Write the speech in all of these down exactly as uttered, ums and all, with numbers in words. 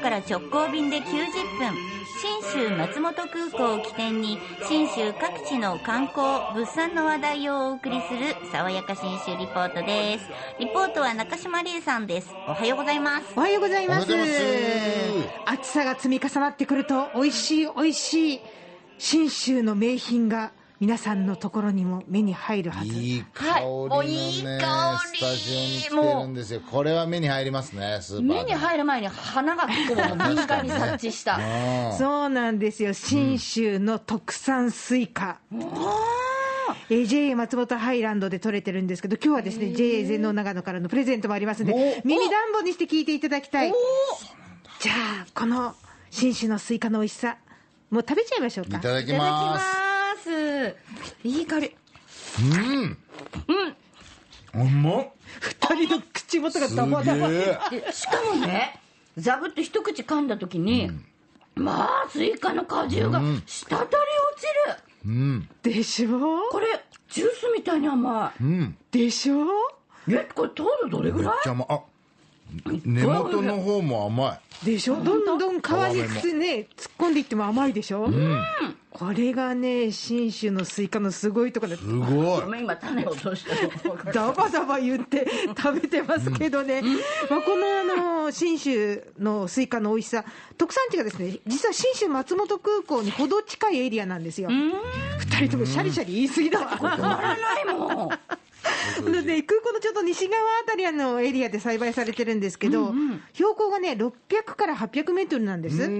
から直行便できゅうじゅっぷん、信州松本空港を起点に信州各地の観光物産の話題をお送りする爽やか信州リポートです。リポートは中島理恵さんです。おはようございます。 おはようございます。 おはようございます。 暑さが積み重なってくると美味しい美味しい信州の名品が皆さんのところにも目に入るはず。 いい香りのね、 はい、いい香りスタジオに来てるんですよ。これは目に入りますね。スーパー目に入る前に鼻がこう敏感に察知したそうなんですよ。信州の特産スイカ、うん、えー、ジェイエー 松本ハイランドで採れてるんですけど、今日はですね ジェイエー 全農長野からのプレゼントもありますので、耳暖房にして聞いていただきたい。じゃあこの信州のスイカの美味しさ、もう食べちゃいましょうか。 いただきます。 いい香り。 うん、うん、うまっ。 二人の口元がダバダバで、 しかもね、ザブッと一口噛んだ時に、うん、まあスイカの果汁が滴り落ちる、 うん、 でしょ。 これジュースみたいに甘い、うん、 でしょ。 え、これ糖度どれぐらい？ めっちゃ甘い。あ、根元の方も甘いでしょ。どんどん皮につ、ね、突っ込んでいっても甘いでしょ、うん、これがね信州のスイカのすごいところ。 すごい。 ごめん、今種落としたダバダバ言って食べてますけどね、うん、まあ、このあの信州のスイカの美味しさ、特産地がですね、実は信州松本空港にほど近いエリアなんですよ。ふたりともシャリシャリ言い過ぎだわ。 止まらないもんで空港のちょっと西側あたりのエリアで栽培されてるんですけど、うんうん、標高がねろっぴゃくからはっぴゃくメートルなんです。うん、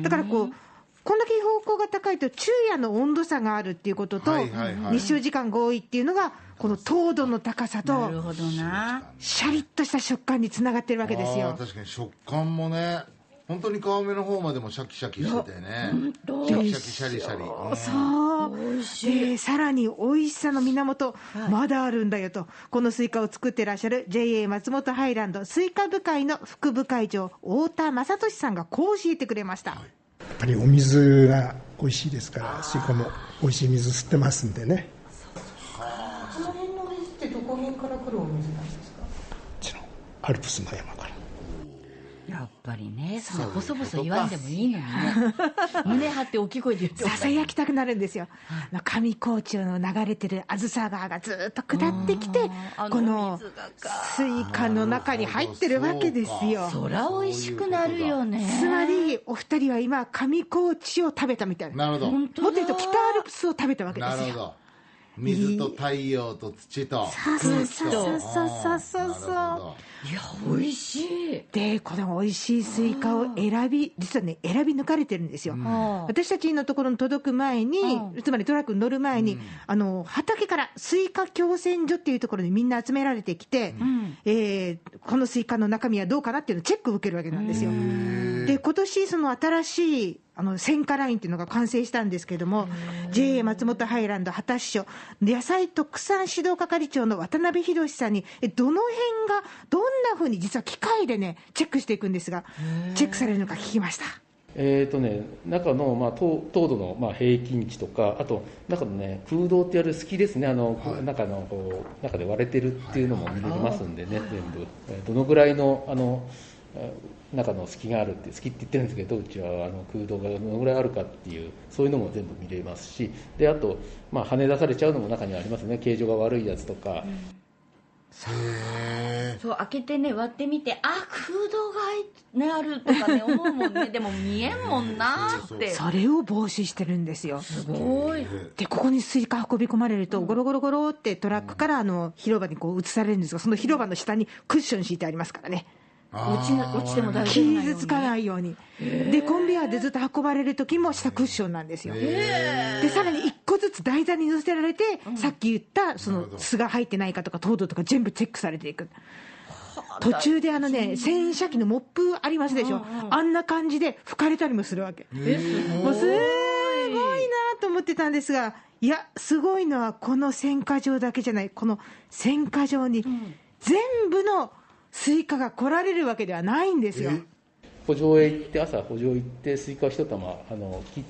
だからこうこんだけ標高が高いと昼夜の温度差があるっていうことと、はいはいはい、日照時間が多いっていうのがこの糖度の高さと、 なるほどな、 シャリッとした食感につながってるわけですよ。 確かに食感もね、本当に皮目の方までもシャキシャキしててね、シャキシャキシャリシャリ、うん、 そう美味しい。でさらに美味しさの源、はい、まだあるんだよと、このスイカを作ってらっしゃる ジェイエー 松本ハイランドスイカ部会の副部会長太田正俊さんがこう教えてくれました。はい、 やっぱりお水が美味しいですから、スイカも美味しい水吸ってますんでね。 この辺の水ってどこ辺から来るお水なんですか？ こっちのアルプスの山から。 やっぱりね、そのボソボソ言わんでもいいのにね胸張って大きい声で言ってささやきたくなるんですよ。上高地の流れてるあずさ川がずっと下ってきて、このスイカの中に入ってるわけですよ。 そりゃ美味しくなるよね。 つまりお二人は今上高地を食べたみたいな。 なるほど。 もっと言うと北アルプスを食べたわけですよ。 なるほど。水と太陽と土とそうそうそうそうそうそうそう。 いや美味しい。 でこの美味しいスイカを選び、実はね選び抜かれてるんですよ。私たちのところに届く前に、つまりトラックに乗る前に、あの畑からスイカ共選所っていうところにみんな集められてきて、えー、このスイカの中身はどうかなっていうのをチェックを受けるわけなんですよ。で今年その新しいあの選果ラインっていうのが完成したんですけれども、 ジェイエー 松本ハイランド畑支所野菜特産指導係長の渡辺博さんに、えどの辺がどんなふうに実は機械でねチェックしていくんですが、チェックされるのか聞きました。 えーとね、中の、まあ、糖, 糖度の、まあ、平均値とか、あと中の、ね、空洞ってやる隙ですね、あの、はい、中のこう中で割れてるっていうのも見れますんでね、はい、全部、えー、どのぐらいのあの中の隙があるって、隙って言ってるんですけど、うちはあの空洞がどのぐらいあるかっていう、そういうのも全部見れますし、であと、まあ、跳ね出されちゃうのも中にありますね、形状が悪いやつとか。うん、 そうそう開けてね割ってみて、あ空洞が、ね、あるとかね思うもんねでも見えんもんなって、 それを防止してるんですよ。 すごい。 でここにスイカ運び込まれると、ゴロゴロゴロってトラックからあの広場にこう移されるんですが、その広場の下にクッション敷いてありますからね、 落ち, 落ちても大丈夫なように、 傷つかないように。でコンベヤーでずっと運ばれる時も下クッションなんですよ。でさらにいっこずつ台座に乗せられて、うん、さっき言ったその巣が入ってないかとか糖度とか全部チェックされていく。途中であのね洗車機のモップありますでしょ、うんうん、あんな感じで拭かれたりもするわけ。もうすごいなと思ってたんですが、いやすごいのはこの選果場だけじゃない、この選果場に全部のスイカが来られるわけではないんですよ。 圃場へ行って、朝圃場行ってスイカを一玉あの切って、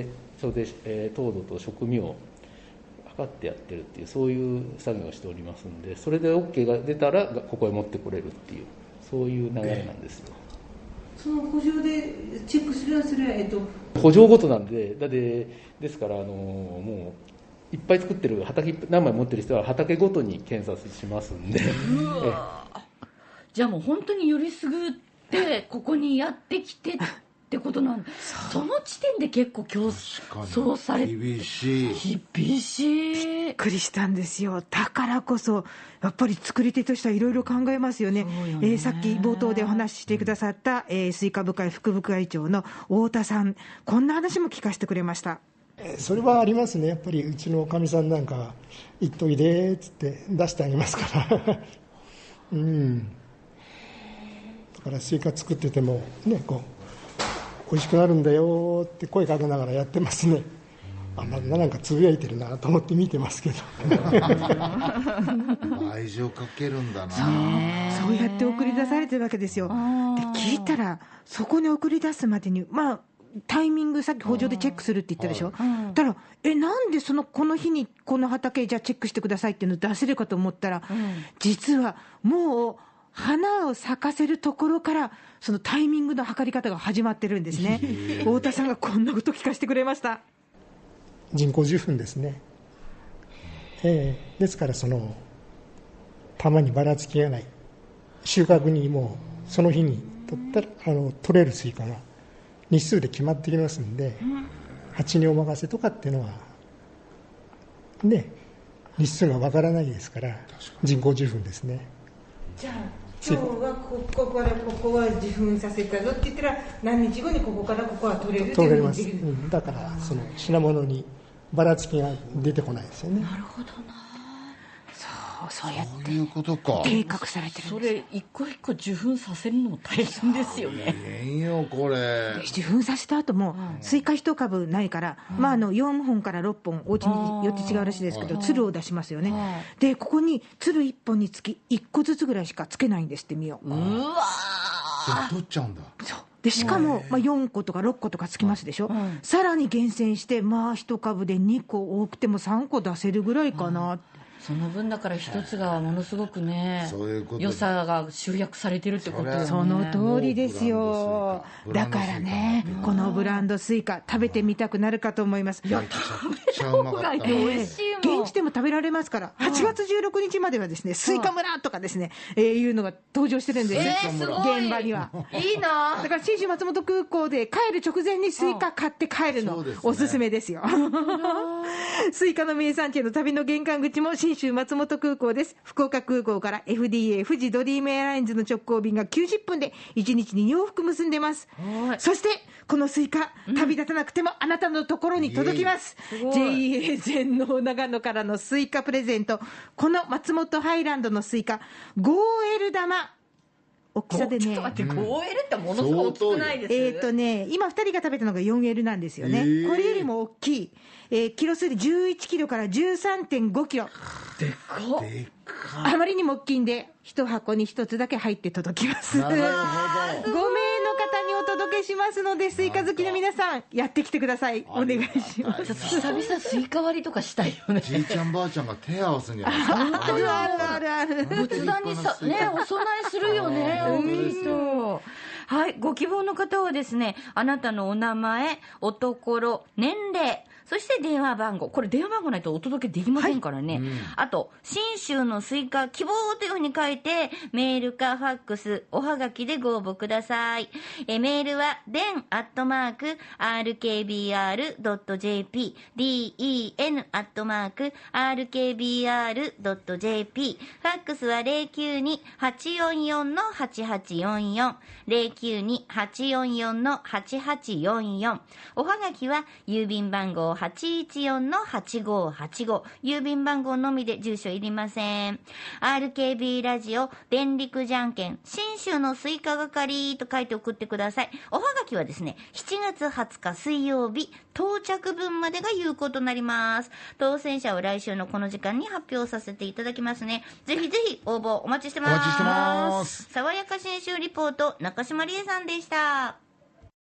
それで、えー、糖度と食味を測ってやってるっていう、そういう作業をしておりますので、それで OK が出たらここへ持ってこれるっていう、そういう流れなんですよ。 その補助でチェックするのはそれは、えっと、 補助ごとなんで、だってですからあのもういっぱい作ってる畑何枚持ってる人は畑ごとに検査しますんで。 うわじゃあもう本当によりすぐってここにやってきてってことなんだ。その時点で結構競争されて厳しい厳しい。 びっくりしたんですよ。だからこそやっぱり作り手としてはいろいろ考えますよね。 そうよねえーさっき冒頭でお話ししてくださった、えー、スイカ部会副部会長の太田さん、こんな話も聞かせてくれました。 それはありますね。やっぱりうちのおかみさんなんか行っといでっつって出してあげますからうんだからスイカ作っててもね、こう美味しくなるんだよって声かけながらやってますね。あんまなんかつぶやいてるなと思って見てますけど愛情かけるんだな。 そうやって送り出されてるわけですよ。で聞いたらそこに送り出すまでにまあタイミングさっき補助でチェックするって言ったでしょ。だからえなんでそのこの日にこの畑じゃあチェックしてくださいっていうのを出せるかと思ったら、うん、実はもう花を咲かせるところからそのタイミングの測り方が始まってるんですね。太田さんがこんなこと聞かせてくれました。 人工授粉ですね、えー、ですからその玉にばらつきがない、収穫にもうその日に取ったらあの取れるスイカが日数で決まってきますんで、蜂にお任せとかっていうのはね日数がわからないですから人工授粉ですね。 じゃあ今日はここからここは受粉させたぞって言ったら何日後にここからここは取れる取れます、うん、だからその品物にばらつきが出てこないですよね。 なるほどな。そうそうやってそういうことか。 計画されてるんです。 それ一個一個受粉させるのも大変ですよね。 大変よこれ。 受粉させた後も、うん、スイカ一株ないから、うんまあ、あのよんほんからろっぽんお家によって違うらしいですけど、つるを出しますよね。でここにつるいっぽんにつきいっこずつぐらいしかつけないんですって。みよう。 うわー取っちゃうんだ。 そうでしかも、まあ、よんことかろっことかつきますでしょ、うん、さらに厳選してまあ一株でにこ多くてもさんこ出せるぐらいかな、うん、 その分だから一つがものすごくね、そういうこと良さが集約されてるってことよね。 その通りですよ。だからねこのブランドスイカ食べてみたくなるかと思います。 いや食べた方が美味しいもん。 現地でも食べられますから、はちがつじゅうろくにちまではですね、スイカ村とかですね、えー、いうのが登場してるんですよ、 えー、すごい現場には。 いいな。 だから信州松本空港で帰る直前にスイカ買って帰るの、ね、おすすめですよスイカの名産地への旅の玄関口も信州松本空港です。福岡空港から エフディーエー 富士ドリームエアラインズの直行便がきゅうじゅっぷんでいちにちにようふく結んでます。そしてこのスイカ、旅立たなくてもあなたのところに届きます、うん、ジェイエー 全農長野からのスイカプレゼント。この松本ハイランドのスイカ ごエル 玉大きさでね、 ちょっと待って、ごエル ってものすごい大きくないです？ えーとね、今ふたりが食べたのが よんエル なんですよね、えー、これよりも大きい、えー、キロ数でじゅういちキロから じゅうさんてんごキロ。 でかっ。でかっ。あまりにも大きいんで一箱に一つだけ入って届きます。 なるほど。 ごめいの方にお届けしますので、スイカ好きの皆さんやってきてください。お願いします。 ちょっと久々スイカ割りとかしたいよね。 じいちゃんばあちゃんが手合わすんじゃないですか。 あるあるあるある。 仏壇にさ、ね、お供えするよね。大きいと。はい、ご希望の方はですね、あなたのお名前、おところ、年齢、そして電話番号。これ電話番号ないとお届けできませんからね。はい、うん、あと、信州のスイカ希望というふうに書いて、メールかファックス、おはがきでご応募ください。えメールは、den アットマーク アールケービーアール ドット ジェーピー、den アットマーク アールケービーアール ドット ジェーピー、ファックスは ゼロきゅうに はちよんよん はちはちよんよん、ゼロきゅうに はちよんよん はちはちよんよん。おはがきは、郵便番号はちいちよん はちごはちご、郵便番号のみで住所いりません。アールケービー ラジオ電力じゃんけん信州のスイカ係と書いて送ってください。おはがきはですね、しちがつはつか水曜日到着分までが有効となります。当選者を来週のこの時間に発表させていただきますね。ぜひぜひ応募お待ちしてます。 お待ちしてます。 爽やか信州リポート、中島理恵さんでした。